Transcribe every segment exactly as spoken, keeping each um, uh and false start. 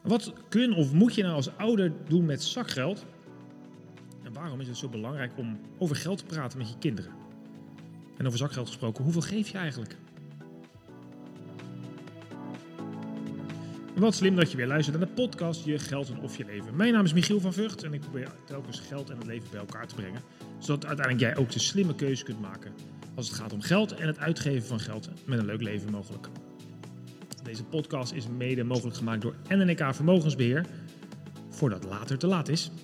Wat kun of moet je nou als ouder doen met zakgeld? En waarom is het zo belangrijk om over geld te praten met je kinderen? En over zakgeld gesproken, hoeveel geef je eigenlijk? Wat slim dat je weer luistert naar de podcast Je Geld en Of Je Leven. Mijn naam is Michiel van Vught en ik probeer telkens geld en het leven bij elkaar te brengen. Zodat uiteindelijk jij ook de slimme keuze kunt maken als het gaat om geld en het uitgeven van geld met een leuk leven mogelijk. Deze podcast is mede mogelijk gemaakt door N N E K Vermogensbeheer, voordat later te laat is.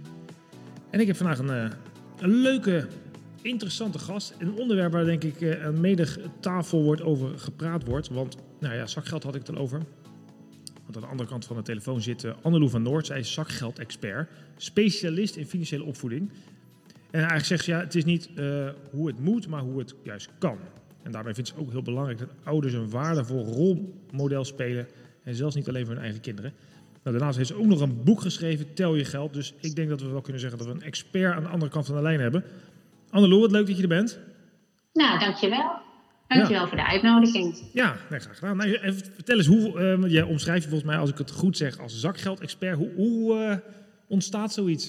En ik heb vandaag een, een leuke, interessante gast. Een onderwerp waar denk ik aan menig tafel wordt over gepraat wordt. Want, nou ja, zakgeld had ik het al over. Want aan de andere kant van de telefoon zit uh, Annelou van Noord. Zij is zakgeld-expert, specialist in financiële opvoeding. En eigenlijk zegt ze, ja, het is niet uh, hoe het moet, maar hoe het juist kan. En daarbij vindt ze ook heel belangrijk dat ouders een waardevol rolmodel spelen. En zelfs niet alleen voor hun eigen kinderen. Nou, daarnaast heeft ze ook nog een boek geschreven, Tel je geld. Dus ik denk dat we wel kunnen zeggen dat we een expert aan de andere kant van de lijn hebben. Annelou, wat leuk dat je er bent. Nou, dankjewel. Dankjewel ja. voor de uitnodiging. Ja, nee, graag gedaan. Nou, even, vertel eens, hoe, uh, jij omschrijft je volgens mij, als ik het goed zeg, als zakgeld-expert. Hoe, hoe uh, ontstaat zoiets?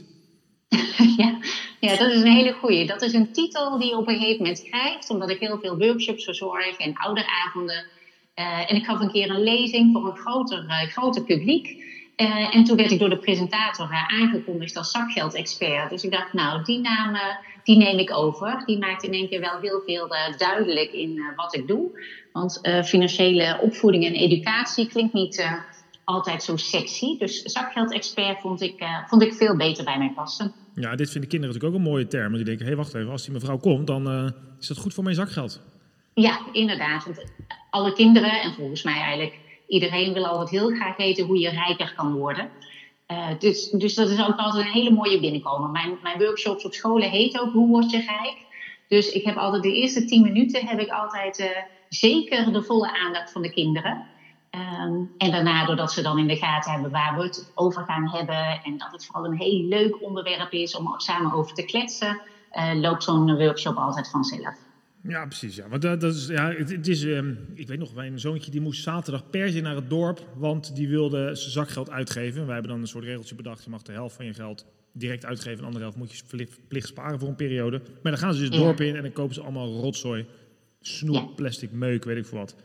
ja, ja, dat is een hele goeie. Dat is een titel die je op een gegeven moment krijgt, omdat ik heel veel workshops verzorg en ouderavonden. Uh, en ik gaf een keer een lezing voor een groter, uh, groter publiek. Uh, en toen werd ik door de presentator uh, aangekondigd als zakgeld-expert. Dus ik dacht, nou, die naam uh, die neem ik over. Die maakt in één keer wel heel veel uh, duidelijk in uh, wat ik doe. Want uh, financiële opvoeding en educatie klinkt niet uh, altijd zo sexy. Dus zakgeld-expert vond ik, uh, vond ik veel beter bij mij passen. Ja, dit vinden kinderen natuurlijk ook een mooie term. Want die denken, hé, hey, wacht even, als die mevrouw komt, dan uh, is dat goed voor mijn zakgeld. Ja, inderdaad. Want alle kinderen, en volgens mij eigenlijk iedereen, wil altijd heel graag weten hoe je rijker kan worden. Uh, dus, dus dat is ook altijd een hele mooie binnenkomen. Mijn, mijn workshops op scholen heet ook Hoe word je rijk? Dus ik heb altijd de eerste tien minuten heb ik altijd uh, zeker de volle aandacht van de kinderen. Um, en daarna, doordat ze dan in de gaten hebben waar we het over gaan hebben en dat het vooral een heel leuk onderwerp is om samen over te kletsen, uh, loopt zo'n workshop altijd vanzelf. Ja, precies. Ja. Want dat, dat is, ja, het, het is, um, ik weet nog, mijn zoontje die moest zaterdag per se naar het dorp, want die wilde zijn zakgeld uitgeven. Wij hebben dan een soort regeltje bedacht, je mag de helft van je geld direct uitgeven, de andere helft moet je verplicht sparen voor een periode. Maar dan gaan ze dus het dorp in en dan kopen ze allemaal rotzooi, snoep, ja. plastic, meuk, weet ik veel wat.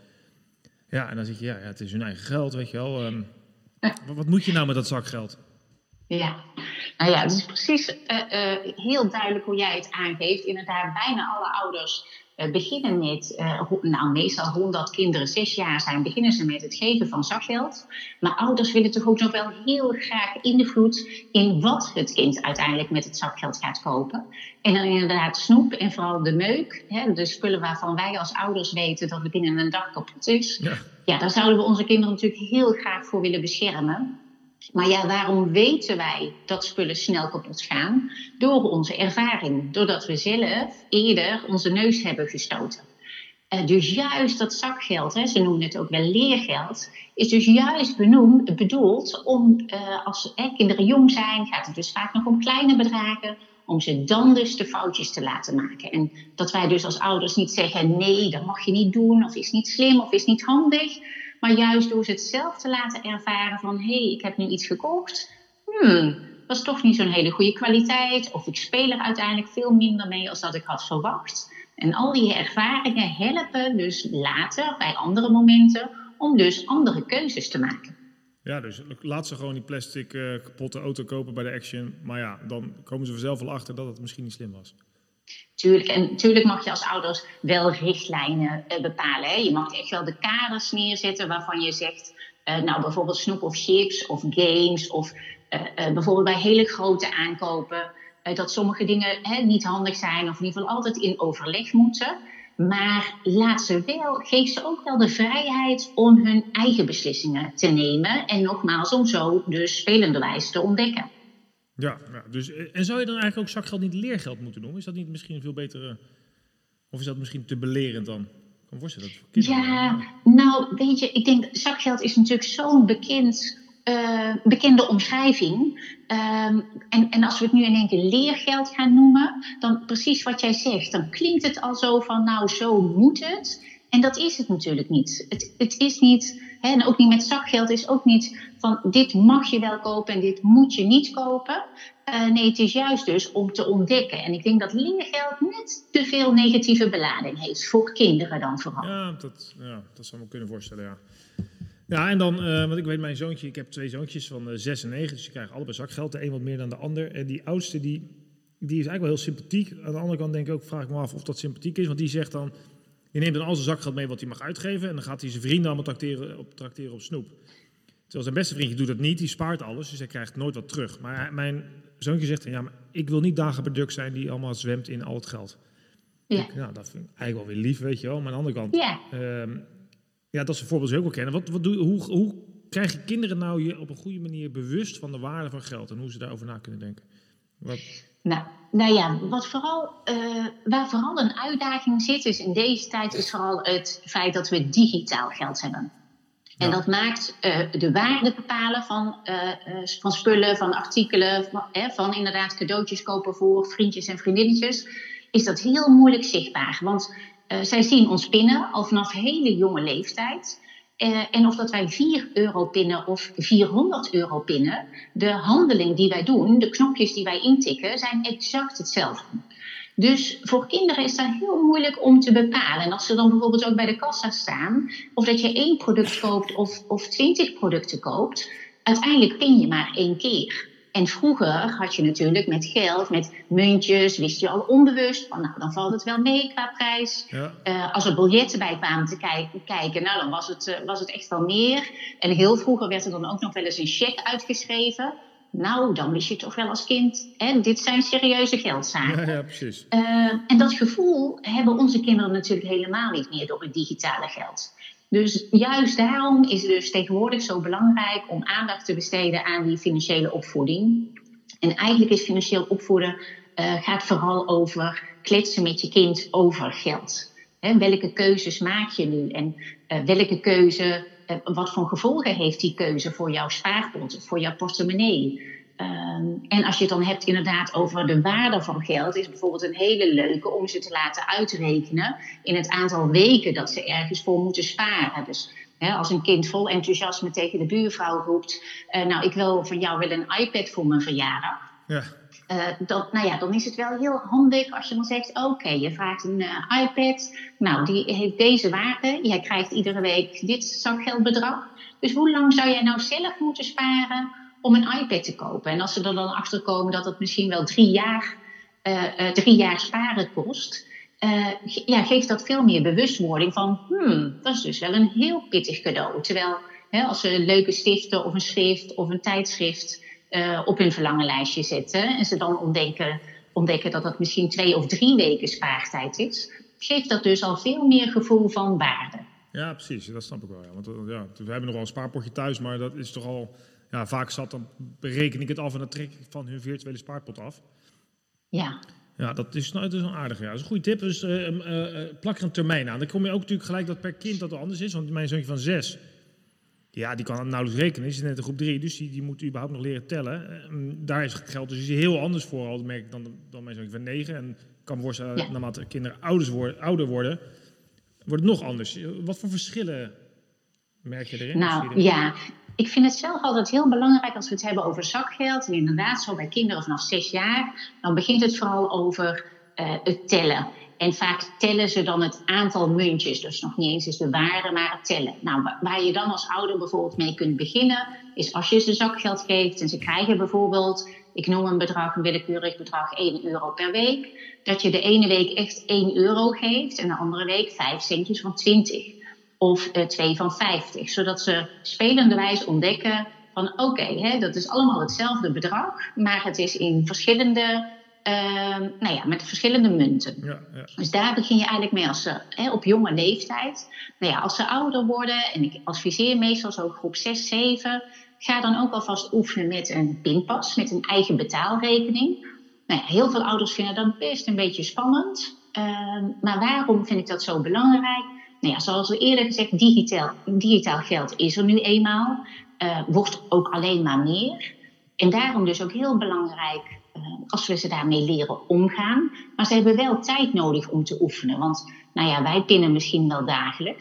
Ja, en dan zeg je, ja, ja, het is hun eigen geld, weet je wel. Um, wat, wat moet je nou met dat zakgeld? Ja, nou ja, het is precies uh, uh, heel duidelijk hoe jij het aangeeft. Inderdaad, bijna alle ouders uh, beginnen met, uh, ho- nou meestal honderd kinderen zes jaar zijn, beginnen ze met het geven van zakgeld. Maar ouders willen toch ook nog wel heel graag invloed in wat het kind uiteindelijk met het zakgeld gaat kopen. En dan inderdaad snoep en vooral de meuk, hè, de spullen waarvan wij als ouders weten dat het binnen een dag kapot is. Ja. Ja, daar zouden we onze kinderen natuurlijk heel graag voor willen beschermen. Maar ja, waarom weten wij dat spullen snel kapot gaan? Door onze ervaring. Doordat we zelf eerder onze neus hebben gestoten. Uh, dus juist dat zakgeld, hè, ze noemen het ook wel leergeld, is dus juist benoemd, bedoeld om, uh, als hè, kinderen jong zijn, gaat het dus vaak nog om kleine bedragen, om ze dan dus de foutjes te laten maken. En dat wij dus als ouders niet zeggen, nee, dat mag je niet doen, of is niet slim, of is niet handig. Maar juist door ze het zelf te laten ervaren van, hé, hey, ik heb nu iets gekocht. Hmm, dat is toch niet zo'n hele goede kwaliteit. Of ik speel er uiteindelijk veel minder mee als dat ik had verwacht. En al die ervaringen helpen dus later, bij andere momenten, om dus andere keuzes te maken. Ja, dus laat ze gewoon die plastic uh, kapotte auto kopen bij de Action. Maar ja, dan komen ze vanzelf al achter dat het misschien niet slim was. Tuurlijk, en tuurlijk mag je als ouders wel richtlijnen uh, bepalen. Hè? Je mag echt wel de kaders neerzetten waarvan je zegt, uh, nou bijvoorbeeld snoep of chips of games of uh, uh, bijvoorbeeld bij hele grote aankopen, uh, dat sommige dingen hè, niet handig zijn of in ieder geval altijd in overleg moeten. Maar laat ze wel, geef ze ook wel de vrijheid om hun eigen beslissingen te nemen en nogmaals om zo dus spelenderwijs te ontdekken. Ja, ja, dus, en zou je dan eigenlijk ook zakgeld niet leergeld moeten noemen? Is dat niet misschien een veel betere, of is dat misschien te belerend dan? Ik kan me voorstellen dat voor kinderen. Ja, nou weet je, ik denk zakgeld is natuurlijk zo'n bekend, uh, bekende omschrijving. Um, en, en als we het nu in één keer leergeld gaan noemen, dan precies wat jij zegt, dan klinkt het al zo van, nou zo moet het. En dat is het natuurlijk niet. Het, het is niet Hè, en ook niet met zakgeld is ook niet van dit mag je wel kopen en dit moet je niet kopen. Uh, nee, het is juist dus om te ontdekken. En ik denk dat leergeld net te veel negatieve belading heeft. Voor kinderen dan vooral. Ja, dat, ja, dat zou me kunnen voorstellen, ja. Ja, en dan, uh, want ik weet mijn zoontje, ik heb twee zoontjes van uh, zes en negen, dus die krijgen allebei zakgeld. De een wat meer dan de ander. En die oudste, die, die is eigenlijk wel heel sympathiek. Aan de andere kant denk ik ook, vraag ik me af of dat sympathiek is. Want die zegt dan, die neemt dan al zijn zakgeld mee wat hij mag uitgeven. En dan gaat hij zijn vrienden allemaal trakteren op, trakteren op snoep. Terwijl zijn beste vriendje doet dat niet, die spaart alles, dus hij krijgt nooit wat terug. Maar hij, mijn zoontje zegt, ja, maar ik wil niet dagen per duk zijn die allemaal zwemt in al het geld. Ja. Ik, nou, dat vind ik eigenlijk wel weer lief, weet je wel. Maar aan de andere kant, ja, um, ja dat is een voorbeeld dat ze ook wel kennen. Wat, wat doe, hoe, hoe krijg je kinderen nou je op een goede manier bewust van de waarde van geld en hoe ze daarover na kunnen denken? Wat... Nou, nou ja, wat vooral, uh, waar vooral een uitdaging zit is in deze tijd is vooral het feit dat we digitaal geld hebben. En ja. dat maakt uh, de waarde bepalen van, uh, uh, van spullen, van artikelen, van, eh, van inderdaad cadeautjes kopen voor vriendjes en vriendinnetjes, is dat heel moeilijk zichtbaar. Want uh, zij zien ons pinnen al vanaf hele jonge leeftijd. Uh, en of dat wij vier euro pinnen of vierhonderd euro pinnen, de handeling die wij doen, de knopjes die wij intikken, zijn exact hetzelfde. Dus voor kinderen is dat heel moeilijk om te bepalen. En als ze dan bijvoorbeeld ook bij de kassa staan, of dat je één product koopt of, of twintig producten koopt, uiteindelijk pin je maar één keer. En vroeger had je natuurlijk met geld, met muntjes, wist je al onbewust van, nou, dan valt het wel mee qua prijs. Ja. Uh, als er biljetten bij kwamen te kijken, kijken nou, dan was het, uh, was het echt wel meer. En heel vroeger werd er dan ook nog wel eens een cheque uitgeschreven. Nou, dan wist je toch wel als kind, hè, dit zijn serieuze geldzaken. Ja, ja, precies. Uh, en dat gevoel hebben onze kinderen natuurlijk helemaal niet meer door het digitale geld. Dus juist daarom is het dus tegenwoordig zo belangrijk om aandacht te besteden aan die financiële opvoeding. En eigenlijk is financieel opvoeden uh, gaat vooral over kletsen met je kind over geld. Hè, welke keuzes maak je nu en uh, welke keuze, uh, wat voor gevolgen heeft die keuze voor jouw spaarpot of voor jouw portemonnee? Um, en als je het dan hebt inderdaad over de waarde van geld, is bijvoorbeeld een hele leuke om ze te laten uitrekenen in het aantal weken dat ze ergens voor moeten sparen. Dus hè, als een kind vol enthousiasme tegen de buurvrouw roept, uh, nou ik wil van jou wel een iPad voor mijn verjaardag. Ja. Uh, dat, nou ja, dan is het wel heel handig als je dan zegt, oké, okay, je vraagt een uh, iPad, nou die heeft deze waarde, jij krijgt iedere week dit zakgeldbedrag. Dus hoe lang zou jij nou zelf moeten sparen om een iPad te kopen? En als ze er dan achter komen dat het misschien wel drie jaar, uh, uh, drie jaar sparen kost, uh, ja, geeft dat veel meer bewustwording van, hmm, dat is dus wel een heel pittig cadeau. Terwijl hè, als ze leuke stiften of een schrift of een tijdschrift uh, op hun verlangenlijstje zetten en ze dan ontdekken, ontdekken dat dat misschien twee of drie weken spaartijd is, geeft dat dus al veel meer gevoel van waarde. Ja, precies. Dat snap ik wel. Ja. Want ja, we hebben nog wel een spaarpotje thuis, maar dat is toch al... Ja, vaak zat dan bereken ik het af en dan trek ik van hun virtuele spaarpot af. Ja. Ja, dat is, nou, dat is een aardige. Ja. Dat is een goede tip. Dus uh, uh, plak er een termijn aan. Dan kom je ook natuurlijk gelijk dat per kind dat wel anders is. Want mijn zoontje van zes, ja, die kan nauwelijks rekenen. Die zit net in groep drie, dus die, die moet überhaupt nog leren tellen. Uh, daar is geld dus heel anders voor, al merk ik, dan, dan mijn zoontje van negen. En ik kan me voorstellen, ja. naarmate kinderen ouders worden, ouder worden, wordt het nog anders. Wat voor verschillen merk je erin? Nou, ja... Ik vind het zelf altijd heel belangrijk als we het hebben over zakgeld. En inderdaad, zo bij kinderen vanaf zes jaar. Dan begint het vooral over uh, het tellen. En vaak tellen ze dan het aantal muntjes. Dus nog niet eens is de waarde, maar het tellen. Nou, waar je dan als ouder bijvoorbeeld mee kunt beginnen, is als je ze zakgeld geeft en ze krijgen bijvoorbeeld, ik noem een bedrag, een willekeurig bedrag, één euro per week. Dat je de ene week echt één euro geeft en de andere week vijf centjes van twintig. Of uh, twee van vijftig. Zodat ze spelenderwijs ontdekken van oké, okay, dat is allemaal hetzelfde bedrag. Maar het is in verschillende, uh, nou ja, met verschillende munten. Ja, ja. Dus daar begin je eigenlijk mee als ze hè, op jonge leeftijd. Nou ja, als ze ouder worden, en ik adviseer meestal zo groep zes, zeven. Ga dan ook alvast oefenen met een pinpas, met een eigen betaalrekening. Nou ja, heel veel ouders vinden dat best een beetje spannend. Uh, maar waarom vind ik dat zo belangrijk? Nou ja, zoals we eerder gezegd, digitaal, digitaal geld is er nu eenmaal. Uh, wordt ook alleen maar meer. En daarom dus ook heel belangrijk uh, als we ze daarmee leren omgaan. Maar ze hebben wel tijd nodig om te oefenen. Want nou ja, wij pinnen misschien wel dagelijks.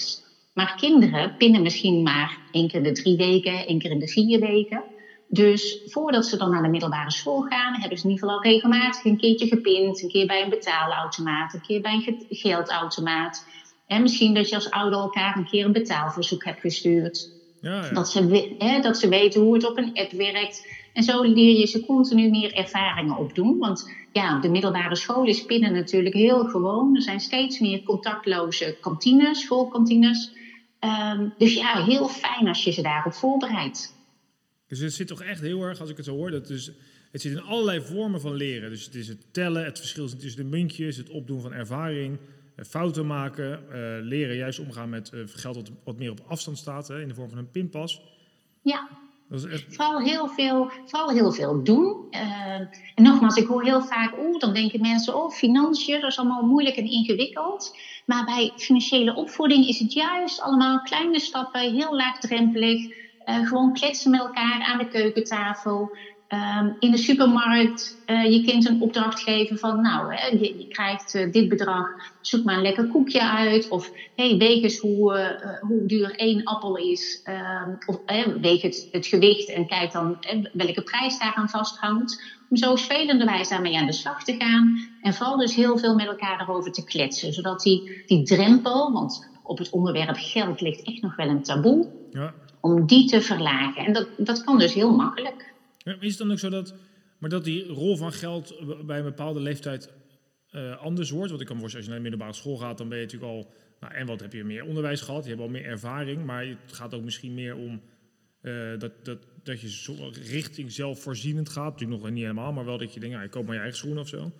Maar kinderen pinnen misschien maar één keer in de drie weken, één keer in de vier weken. Dus voordat ze dan naar de middelbare school gaan, hebben ze in ieder geval al regelmatig een keertje gepind. Een keer bij een betaalautomaat, een keer bij een geldautomaat. En misschien dat je als ouder elkaar een keer een betaalverzoek hebt gestuurd. Ja, ja. Dat, ze, hè, dat ze weten hoe het op een app werkt. En zo leer je ze continu meer ervaringen opdoen. Want ja, op de middelbare school is pinnen natuurlijk heel gewoon. Er zijn steeds meer contactloze kantines, schoolkantines. Um, dus ja, heel fijn als je ze daarop voorbereidt. Dus het zit toch echt heel erg, als ik het zo hoor, dat dus, het zit in allerlei vormen van leren. Dus het is het tellen, het verschil tussen de muntjes, het opdoen van ervaring, fouten maken, uh, leren juist omgaan met uh, geld wat, wat meer op afstand staat, hè, in de vorm van een pinpas. Ja, dat is echt... vooral, heel veel, vooral heel veel doen. Uh, en nogmaals, ik hoor heel vaak, oeh, dan denken mensen, oh, financiën, dat is allemaal moeilijk en ingewikkeld. Maar bij financiële opvoeding is het juist allemaal kleine stappen, heel laagdrempelig. Uh, gewoon kletsen met elkaar aan de keukentafel. Um, in de supermarkt uh, je kind een opdracht geven van, nou, hè, je, je krijgt uh, dit bedrag, zoek maar een lekker koekje uit. Of, hey, weeg eens hoe, uh, hoe duur één appel is. Um, of uh, weeg het, het gewicht en kijk dan uh, welke prijs daaraan vasthangt. Om zo spelenderwijs daarmee aan de slag te gaan. En vooral dus heel veel met elkaar daarover te kletsen. Zodat die, die drempel, want op het onderwerp geld ligt echt nog wel een taboe. Ja. Om die te verlagen. En dat, dat kan dus heel makkelijk. Ja, is het dan ook zo dat, maar dat die rol van geld bij een bepaalde leeftijd uh, anders wordt? Want ik kan me voorstellen, als je naar de middelbare school gaat, dan ben je natuurlijk al, nou, en wat heb je meer onderwijs gehad, je hebt al meer ervaring, maar het gaat ook misschien meer om uh, dat, dat, dat je zo richting zelfvoorzienend gaat. Natuurlijk nog niet helemaal, maar wel dat je denkt, ja, ik koop maar je eigen schoenen of zo.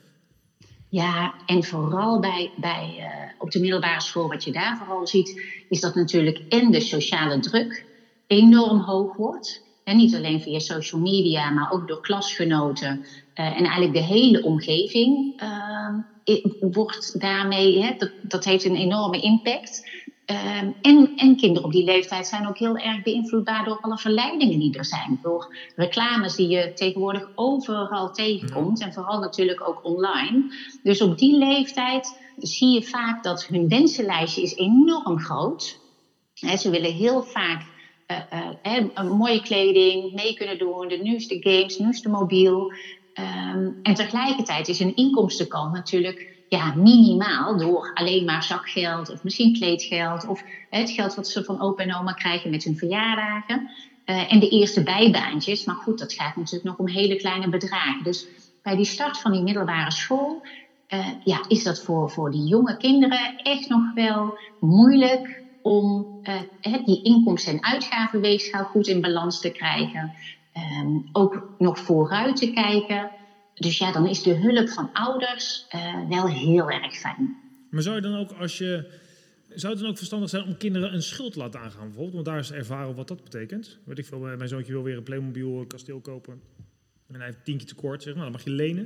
Ja, en vooral bij, bij, uh, op de middelbare school, wat je daar vooral ziet, is dat natuurlijk en de sociale druk enorm hoog wordt. En niet alleen via social media, maar ook door klasgenoten. Uh, en eigenlijk de hele omgeving uh, wordt daarmee, hè, dat, dat heeft een enorme impact. Uh, en, en kinderen op die leeftijd zijn ook heel erg beïnvloedbaar door alle verleidingen die er zijn. Door reclames die je tegenwoordig overal tegenkomt. Ja. En vooral natuurlijk ook online. Dus op die leeftijd zie je vaak dat hun wensenlijstje is enorm groot. He, ze willen heel vaak uh, uh, uh, mooie kleding, mee kunnen doen, de nieuwste games, nieuwste mobiel. Um, en tegelijkertijd is hun inkomstenkant natuurlijk ja, minimaal door alleen maar zakgeld of misschien kleedgeld of het geld wat ze van opa en oma krijgen met hun verjaardagen. Uh, en de eerste bijbaantjes. Maar goed, dat gaat natuurlijk nog om hele kleine bedragen. Dus bij die start van die middelbare school uh, ja, is dat voor, voor die jonge kinderen echt nog wel moeilijk om uh, die inkomsten- en uitgavenweegschaal goed in balans te krijgen. Um, ook nog vooruit te kijken. Dus ja, dan is de hulp van ouders uh, wel heel erg fijn. Maar zou je dan ook als je... Zou het dan ook verstandig zijn om kinderen een schuld te laten aangaan bijvoorbeeld? Want daar is ervaren wat dat betekent. Weet ik veel, mijn zoontje wil weer een Playmobil kasteel kopen. En hij heeft tientje tekort, zeg maar. Dan mag je lenen.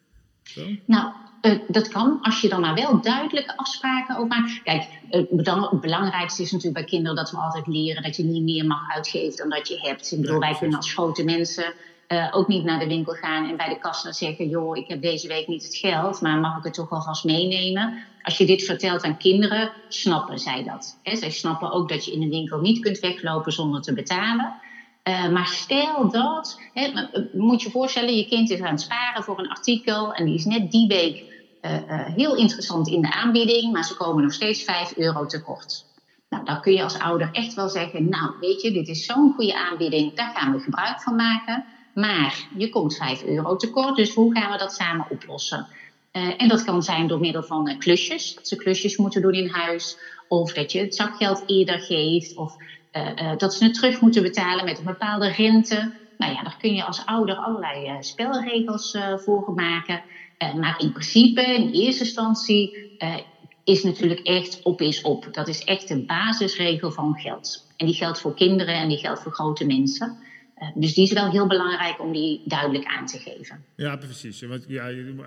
Zo. Nou, uh, dat kan als je dan maar wel duidelijke afspraken over maakt. Kijk, uh, het belangrijkste is natuurlijk bij kinderen dat we altijd leren dat je niet meer mag uitgeven dan dat je hebt. Ik bedoel, ja, wij kunnen als grote mensen uh, ook niet naar de winkel gaan en bij de kassa zeggen, joh, ik heb deze week niet het geld, maar mag ik het toch alvast meenemen? Als je dit vertelt aan kinderen, snappen zij dat. Hè? Zij snappen ook dat je in een winkel niet kunt weglopen zonder te betalen. Uh, maar stel dat, hè, moet je voorstellen, je kind is aan het sparen voor een artikel en die is net die week uh, uh, heel interessant in de aanbieding, maar ze komen nog steeds vijf euro tekort. Nou, dan kun je als ouder echt wel zeggen, nou weet je, dit is zo'n goede aanbieding, daar gaan we gebruik van maken. Maar je komt vijf euro tekort, dus hoe gaan we dat samen oplossen? Uh, en dat kan zijn door middel van uh, klusjes, dat ze klusjes moeten doen in huis, of dat je het zakgeld eerder geeft, of Uh, uh, dat ze het terug moeten betalen met een bepaalde rente. Nou ja, daar kun je als ouder allerlei uh, spelregels uh, voor maken. Uh, maar in principe, in eerste instantie, uh, is natuurlijk echt op is op. Dat is echt de basisregel van geld. En die geldt voor kinderen en die geldt voor grote mensen. Uh, dus die is wel heel belangrijk om die duidelijk aan te geven. Ja, precies. Want, ja,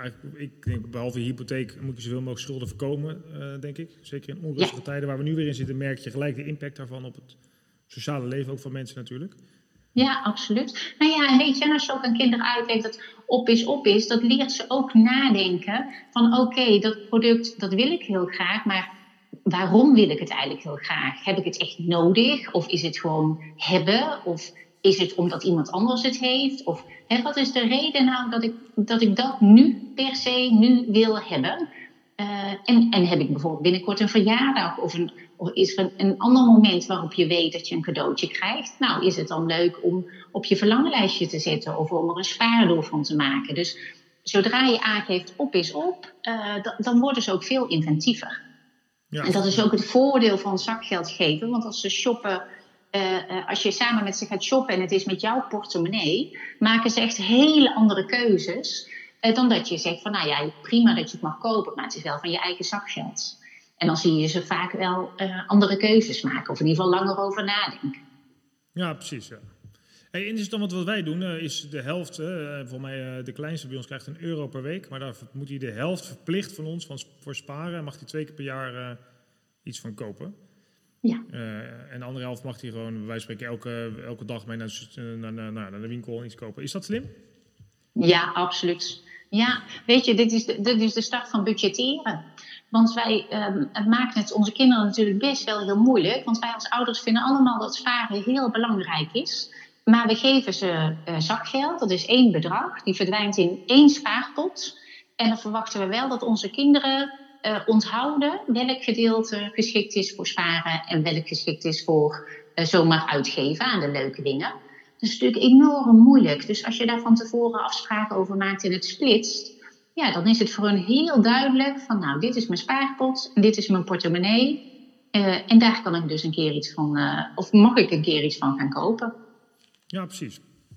ik denk, behalve hypotheek moet je zoveel mogelijk schulden voorkomen, uh, denk ik. Zeker in onrustige ja. tijden waar we nu weer in zitten, merk je gelijk de impact daarvan op het sociale leven ook van mensen natuurlijk. Ja, absoluut. Nou ja, en weet je, als je ook aan kinderen uitlegt dat op is op is, dat leert ze ook nadenken van oké, okay, dat product, dat wil ik heel graag, maar waarom wil ik het eigenlijk heel graag? Heb ik het echt nodig? Of is het gewoon hebben? Of is het omdat iemand anders het heeft? Of hè, wat is de reden nou dat ik, dat ik dat nu per se nu wil hebben? Uh, en, en heb ik bijvoorbeeld binnenkort een verjaardag of, een, of is er een, een ander moment waarop je weet dat je een cadeautje krijgt? Nou, is het dan leuk om op je verlanglijstje te zetten of om er een spaardoel van te maken? Dus zodra je aangeeft op is op, uh, d- dan worden ze ook veel inventiever. Ja. En dat is ook het voordeel van zakgeld geven, want als ze shoppen, uh, uh, als je samen met ze gaat shoppen en het is met jouw portemonnee, maken ze echt hele andere keuzes. Dan dat je zegt van, nou ja, prima dat je het mag kopen, maar het is wel van je eigen zakgeld. En dan zie je ze vaak wel uh, andere keuzes maken, of in ieder geval langer over nadenken. Ja, precies. Ja. Hey, en is dan wat, wat wij doen, uh, is de helft, uh, volgens mij uh, de kleinste bij ons krijgt een euro per week, maar daar moet hij de helft verplicht van ons van, voor sparen en mag hij twee keer per jaar uh, iets van kopen. Ja. Uh, en de andere helft mag hij gewoon, wij spreken elke, elke dag mee naar, naar, naar, naar de winkel en iets kopen. Is dat slim? Ja, absoluut. Ja, weet je, dit is de, dit is de start van budgetteren. Want wij um, het maken het onze kinderen natuurlijk best wel heel moeilijk. Want wij als ouders vinden allemaal dat sparen heel belangrijk is. Maar we geven ze uh, zakgeld, dat is één bedrag. Die verdwijnt in één spaarpot. En dan verwachten we wel dat onze kinderen uh, onthouden welk gedeelte geschikt is voor sparen en welk geschikt is voor uh, zomaar uitgeven aan de leuke dingen. Dat is natuurlijk enorm moeilijk. Dus als je daar van tevoren afspraken over maakt en het splitst, ja, dan is het voor hun heel duidelijk van, nou, dit is mijn spaarpot en dit is mijn portemonnee. Uh, en daar kan ik dus een keer iets van, uh, of mag ik een keer iets van gaan kopen. Ja, precies.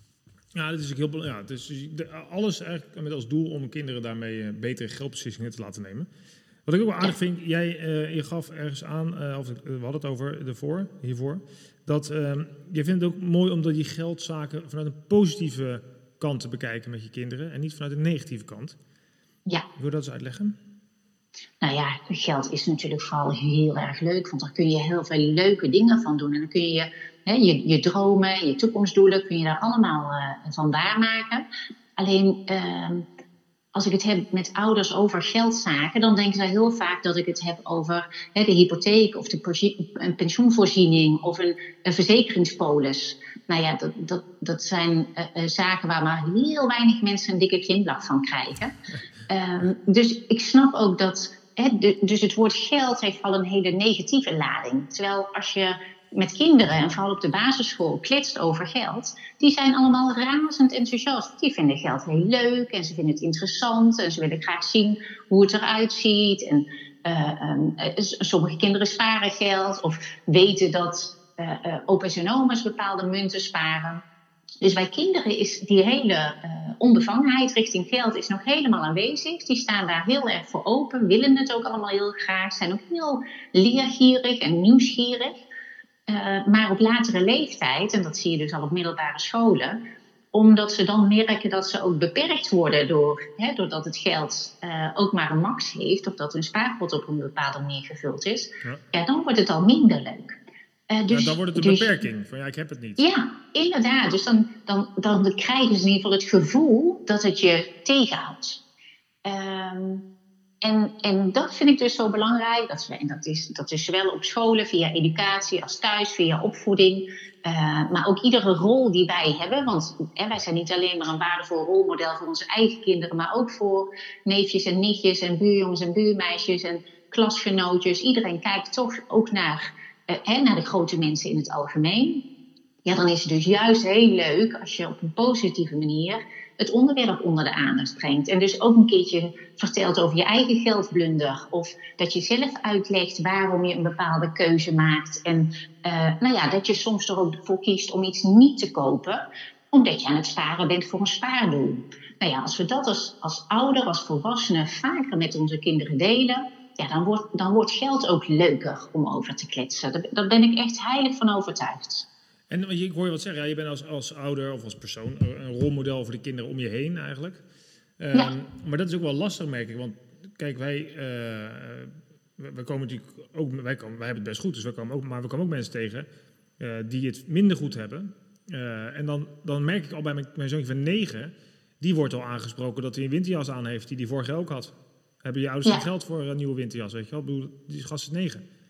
Ja, dat is ook heel belangrijk. Ja, dus alles eigenlijk met als doel om kinderen daarmee uh, betere geldbeslissingen te laten nemen. Wat ik ook wel aardig vind, jij uh, je gaf ergens aan, uh, of we hadden het over ervoor, hiervoor, dat uh, je vindt het ook mooi om die geldzaken vanuit een positieve kant te bekijken met je kinderen en niet vanuit een negatieve kant. Ja. Wil je dat eens uitleggen? Nou ja, geld is natuurlijk vooral heel erg leuk, want daar kun je heel veel leuke dingen van doen. En dan kun je hè, je, je dromen, je toekomstdoelen, kun je daar allemaal uh, van waarmaken. Alleen, uh, als ik het heb met ouders over geldzaken, dan denken zij heel vaak dat ik het heb over hè, de hypotheek of de posi- een pensioenvoorziening of een, een verzekeringspolis. Nou ja, dat, dat, dat zijn uh, uh, zaken waar maar heel weinig mensen een dikke glimlach van krijgen. Um, dus ik snap ook dat, hè, de, dus het woord geld heeft al een hele negatieve lading. Terwijl als je met kinderen, en vooral op de basisschool, kletst over geld, die zijn allemaal razend enthousiast. Die vinden geld heel leuk en ze vinden het interessant en ze willen graag zien hoe het eruit ziet. En uh, um, sommige kinderen sparen geld of weten dat uh, uh, opa's en oma's bepaalde munten sparen. Dus bij kinderen is die hele uh, onbevangenheid richting geld is nog helemaal aanwezig. Die staan daar heel erg voor open, willen het ook allemaal heel graag, zijn ook heel leergierig en nieuwsgierig. Uh, maar op latere leeftijd, en dat zie je dus al op middelbare scholen, omdat ze dan merken dat ze ook beperkt worden door, hè, doordat het geld uh, ook maar een max heeft, of dat hun spaarpot op een bepaalde manier gevuld is, ja, ja dan wordt het al minder leuk. Uh, dus, ja, dan wordt het een dus, beperking, van ja, ik heb het niet. Ja, inderdaad. Dus dan, dan, dan krijgen ze in ieder geval het gevoel dat het je tegenhoudt. Um, en, en dat vind ik dus zo belangrijk. Dat, en dat, is, dat is zowel op scholen, via educatie, als thuis, via opvoeding. Uh, maar ook iedere rol die wij hebben. Want hè, wij zijn niet alleen maar een waardevol rolmodel voor onze eigen kinderen, maar ook voor neefjes en nichtjes en buurjongens en buurmeisjes en klasgenootjes. Iedereen kijkt toch ook naar, uh, hè, naar de grote mensen in het algemeen. Ja, dan is het dus juist heel leuk als je op een positieve manier het onderwerp onder de aandacht brengt. En dus ook een keertje vertelt over je eigen geldblunder. Of dat je zelf uitlegt waarom je een bepaalde keuze maakt. En uh, nou ja, dat je soms er ook voor kiest om iets niet te kopen, omdat je aan het sparen bent voor een spaardoel. Nou ja, als we dat als, als ouder, als volwassene vaker met onze kinderen delen, ja, dan wordt, dan wordt geld ook leuker om over te kletsen. Daar, daar ben ik echt heilig van overtuigd. En ik hoor je wat zeggen, ja, je bent als, als ouder of als persoon een rolmodel voor de kinderen om je heen eigenlijk. Um, ja. Maar dat is ook wel lastig, merk ik. Want kijk, wij, uh, we komen natuurlijk ook, wij, komen, wij hebben het best goed, dus we komen ook, maar we komen ook mensen tegen uh, die het minder goed hebben. Uh, en dan, dan merk ik al bij mijn, mijn zoontje van negen, die wordt al aangesproken dat hij een winterjas aan heeft die hij vorig jaar ook had. Hebben je ouders ja. geld voor een nieuwe winterjas, weet je wel? Ik bedoel, die gast is negen.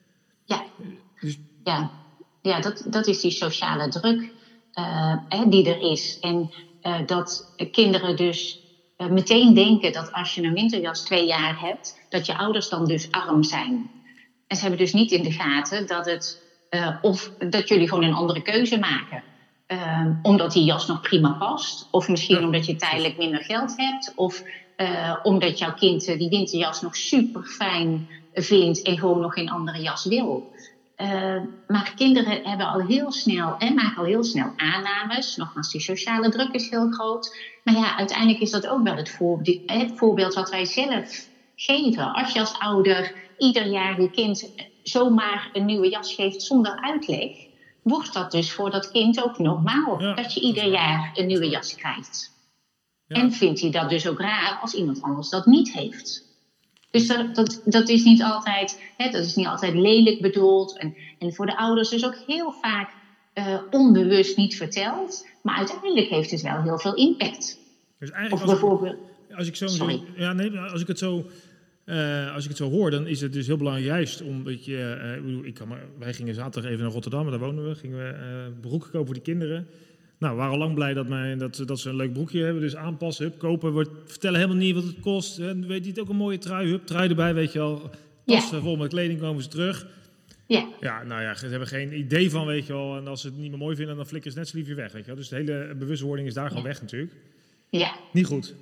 Ja, Dus, ja. ja dat, dat is die sociale druk uh, hè, die er is. En uh, dat kinderen dus uh, meteen denken dat als je een winterjas twee jaar hebt, dat je ouders dan dus arm zijn. En ze hebben dus niet in de gaten dat het uh, of dat jullie gewoon een andere keuze maken. Uh, omdat die jas nog prima past. Of misschien ja. omdat je tijdelijk minder geld hebt. Of uh, omdat jouw kind uh, die winterjas nog super fijn vindt en gewoon nog geen andere jas wil. Uh, maar kinderen hebben al heel snel en maken al heel snel aannames. Nogmaals, die sociale druk is heel groot. Maar ja, uiteindelijk is dat ook wel het, voor, het voorbeeld wat wij zelf geven. Als je als ouder ieder jaar je kind zomaar een nieuwe jas geeft zonder uitleg, wordt dat dus voor dat kind ook normaal. Ja, dat je ieder jaar een nieuwe jas krijgt. Ja. En vindt hij dat dus ook raar als iemand anders dat niet heeft. Dus dat, dat, dat is niet altijd, hè, dat is niet altijd lelijk bedoeld. En, en voor de ouders dus ook heel vaak uh, onbewust niet verteld. Maar uiteindelijk heeft het wel heel veel impact. Dus eigenlijk of bijvoorbeeld, als, als ik zo, zo ja, nee, als ik het zo, uh, als ik het zo hoor, dan is het dus heel belangrijk juist om dat je, uh, ik kan maar, wij gingen zaterdag even naar Rotterdam, daar wonen we, gingen we uh, broeken kopen voor die kinderen. Nou, we waren al lang blij dat, mij, dat, dat ze een leuk broekje hebben. Dus aanpassen, hup, kopen. We vertellen helemaal niet wat het kost. En weet je het ook een mooie trui, hup, trui erbij, weet je wel. Tas ja. vol met kleding, komen ze terug. Ja. Ja, nou ja, ze hebben geen idee van, weet je wel. En als ze het niet meer mooi vinden, dan flikken ze net zo lief weer weg, weet je wel. Dus de hele bewustwording is daar ja. gewoon weg natuurlijk. Ja. Niet goed.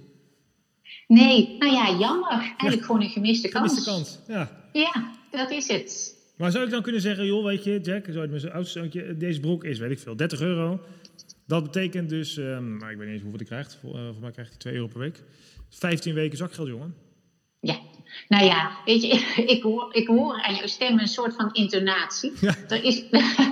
Nee, nou ja, jammer. Eigenlijk ja. gewoon een gemiste kans. Gemiste kans, ja. Ja, dat is het. Maar zou ik dan kunnen zeggen, joh, weet je, Jack, zo uit mijn oudste zoontje, deze broek is, weet ik veel, dertig euro. Dat betekent dus, um, nou, ik weet niet eens hoeveel hij krijgt. Voor, uh, voor mij krijgt hij twee euro per week. vijftien weken zakgeld, jongen. Ja, nou ja, weet je, ik hoor, ik hoor aan jouw stem een soort van intonatie. Ja. Er is,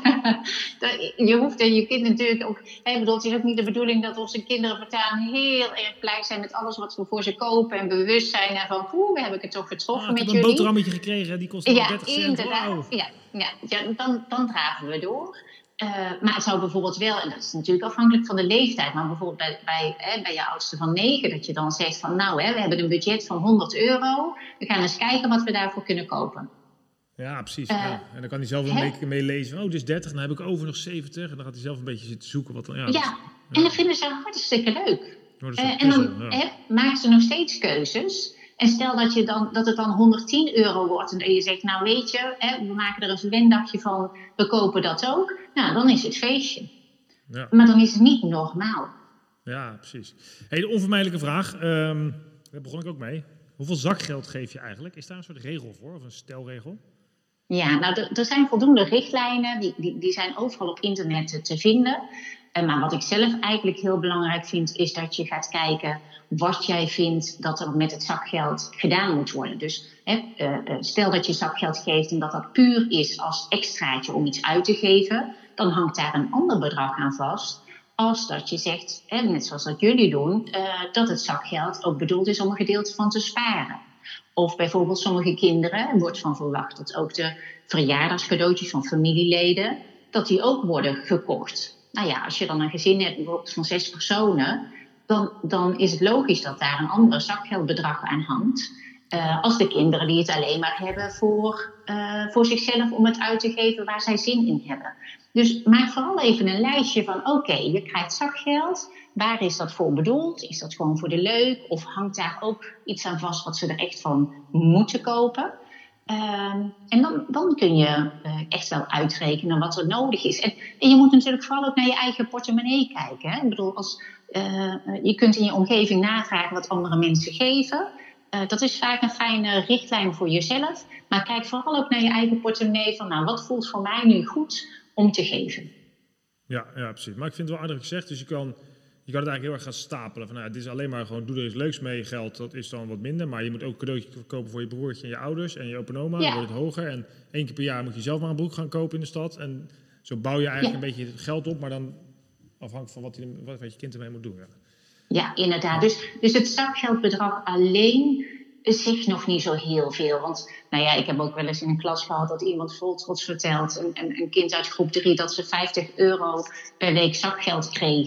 je hoeft en je kind natuurlijk ook, hè, bedoel, het is ook niet de bedoeling dat onze kinderen voortaan heel erg blij zijn met alles wat we voor ze kopen en bewust zijn en van, poeh, heb ik het toch getroffen ah, met jullie. Ik heb een boterhammetje gekregen, die kost ja, dertig cent. Inderdaad. Wow. Ja, ja, ja dan, dan draven we door. Uh, maar het zou bijvoorbeeld wel, en dat is natuurlijk afhankelijk van de leeftijd, maar bijvoorbeeld bij, bij, hè, bij je oudste van negen, dat je dan zegt van nou, hè, we hebben een budget van honderd euro, we gaan eens kijken wat we daarvoor kunnen kopen. Ja, precies. Uh, ja. En dan kan hij zelf een beetje mee lezen, oh, dit is dertig, dan heb ik over nog zeventig, en dan gaat hij zelf een beetje zitten zoeken. Wat dan, ja, ja, dat, ja. en dat vinden ze hartstikke leuk. Uh, en dan ja. hè, maken ze nog steeds keuzes. En stel dat, je dan, dat het dan honderdtien euro wordt en je zegt, nou weet je, hè, we maken er een verwendagje van, we kopen dat ook. Nou, dan is het feestje. Ja. Maar dan is het niet normaal. Ja, precies. Hey, de onvermijdelijke vraag, um, daar begon ik ook mee. Hoeveel zakgeld geef je eigenlijk? Is daar een soort regel voor, of een stelregel? Ja, nou, er, er zijn voldoende richtlijnen, die, die, die zijn overal op internet te vinden. Uh, maar wat ik zelf eigenlijk heel belangrijk vind, is dat je gaat kijken wat jij vindt dat er met het zakgeld gedaan moet worden. Dus hè, uh, stel dat je zakgeld geeft en dat dat puur is als extraatje om iets uit te geven, dan hangt daar een ander bedrag aan vast. Als dat je zegt, hè, net zoals dat jullie doen, uh, dat het zakgeld ook bedoeld is om een gedeelte van te sparen. Of bijvoorbeeld sommige kinderen, er wordt van verwacht dat ook de verjaardagscadeautjes van familieleden, dat die ook worden gekocht. Nou ja, als je dan een gezin hebt bijvoorbeeld van zes personen, dan, dan is het logisch dat daar een ander zakgeldbedrag aan hangt. Uh, als de kinderen die het alleen maar hebben voor, uh, voor zichzelf om het uit te geven waar zij zin in hebben. Dus maak vooral even een lijstje van oké, okay, je krijgt zakgeld. Waar is dat voor bedoeld? Is dat gewoon voor de leuk? Of hangt daar ook iets aan vast wat ze er echt van moeten kopen? Uh, en dan, dan kun je uh, echt wel uitrekenen wat er nodig is. En, en je moet natuurlijk vooral ook naar je eigen portemonnee kijken. Hè? Ik bedoel, als, uh, je kunt in je omgeving navragen wat andere mensen geven. Uh, dat is vaak een fijne richtlijn voor jezelf. Maar kijk vooral ook naar je eigen portemonnee. Van, nou, wat voelt voor mij nu goed om te geven? Ja, ja, precies. Maar ik vind het wel aardig gezegd. Dus je kan, je kan het eigenlijk heel erg gaan stapelen. Van, nou, dit is alleen maar gewoon, doe er iets leuks mee. Geld, dat is dan wat minder. Maar je moet ook een cadeautje kopen voor je broertje en je ouders en je opa en oma. Ja. Dan wordt het hoger. En één keer per jaar moet je zelf maar een broek gaan kopen in de stad. En zo bouw je eigenlijk ja. een beetje geld op. Maar dan afhankelijk van wat je, wat je kind ermee moet doen. Ja, ja inderdaad. Dus, dus het zakgeldbedrag alleen zegt nog niet zo heel veel. Want nou ja, ik heb ook wel eens in een klas gehad dat iemand vol trots vertelt, een, een, een kind uit groep drie, dat ze vijftig euro per week zakgeld kregen.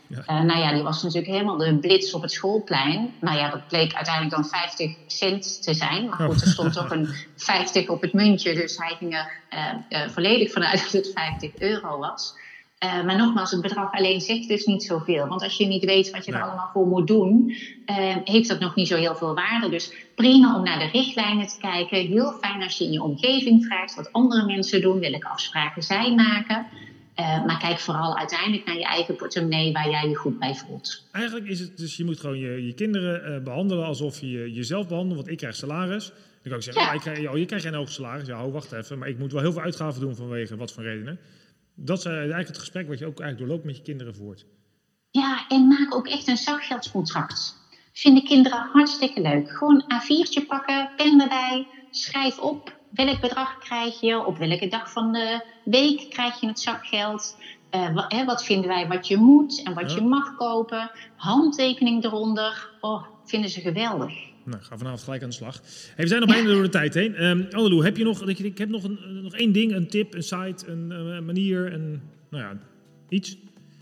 Ja. Uh, nou ja, die was natuurlijk helemaal de blitz op het schoolplein. Nou ja, dat bleek uiteindelijk dan vijftig cent te zijn. Maar goed, er stond toch een vijftig op het muntje. Dus hij ging er uh, uh, volledig vanuit dat het vijftig euro was. Uh, maar nogmaals, het bedrag alleen zegt dus niet zoveel. Want als je niet weet wat je nee. er allemaal voor moet doen, uh, heeft dat nog niet zo heel veel waarde. Dus prima om naar de richtlijnen te kijken. Heel fijn als je in je omgeving vraagt wat andere mensen doen, welke afspraken zij maken. Uh, maar kijk vooral uiteindelijk naar je eigen portemonnee waar jij je goed bij voelt. Eigenlijk is het dus, je moet gewoon je, je kinderen uh, behandelen alsof je jezelf behandelt. Want ik krijg salaris. Dan kan ik zeggen, ja. oh, ik krijg, oh, je krijgt geen hoog salaris. Ja, oh, wacht even. Maar ik moet wel heel veel uitgaven doen vanwege wat voor redenen. Dat is eigenlijk het gesprek wat je ook eigenlijk doorloopt met je kinderen voert. Ja, en maak ook echt een zakgeldcontract. Vinden kinderen hartstikke leuk. Gewoon een A viertje pakken, pen erbij, schrijf op. Welk bedrag krijg je? Op welke dag van de week krijg je het zakgeld? Uh, wat, hè, wat vinden wij wat je moet en wat ja. je mag kopen? Handtekening eronder. Oh, vinden ze geweldig. Nou, ga vanavond gelijk aan de slag. Hey, we zijn nog bijna ja. door de tijd heen. Um, Annelou, heb je nog, ik heb nog, een, nog één ding, een tip, een site, een, een manier, een, nou ja, iets?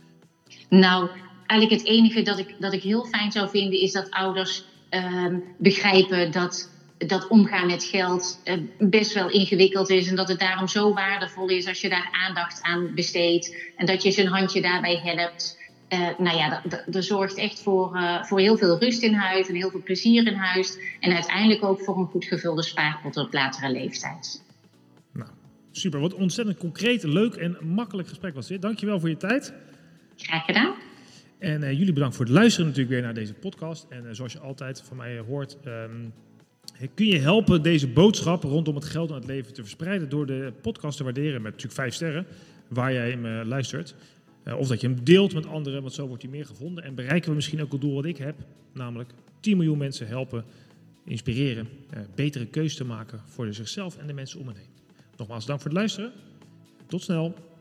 Nou, eigenlijk het enige dat ik, dat ik heel fijn zou vinden is dat ouders uh, begrijpen dat... dat omgaan met geld uh, best wel ingewikkeld is en dat het daarom zo waardevol is als je daar aandacht aan besteedt en dat je zijn handje daarbij helpt. Uh, nou ja, dat, dat, dat zorgt echt voor, uh, voor heel veel rust in huis en heel veel plezier in huis en uiteindelijk ook voor een goed gevulde spaarpot op latere leeftijd. Nou, super. Wat ontzettend concreet, leuk en makkelijk gesprek was dit. Dankjewel voor je tijd. Graag gedaan. En uh, jullie bedankt voor het luisteren natuurlijk weer naar deze podcast. En uh, zoals je altijd van mij hoort... Um, kun je helpen deze boodschap rondom het geld en het leven te verspreiden door de podcast te waarderen met natuurlijk vijf sterren, waar jij hem uh, luistert. Uh, of dat je hem deelt met anderen, want zo wordt hij meer gevonden. En bereiken we misschien ook het doel wat ik heb, namelijk tien miljoen mensen helpen, inspireren, uh, betere keuzes te maken voor zichzelf en de mensen om hen heen. Nogmaals, dank voor het luisteren. Tot snel.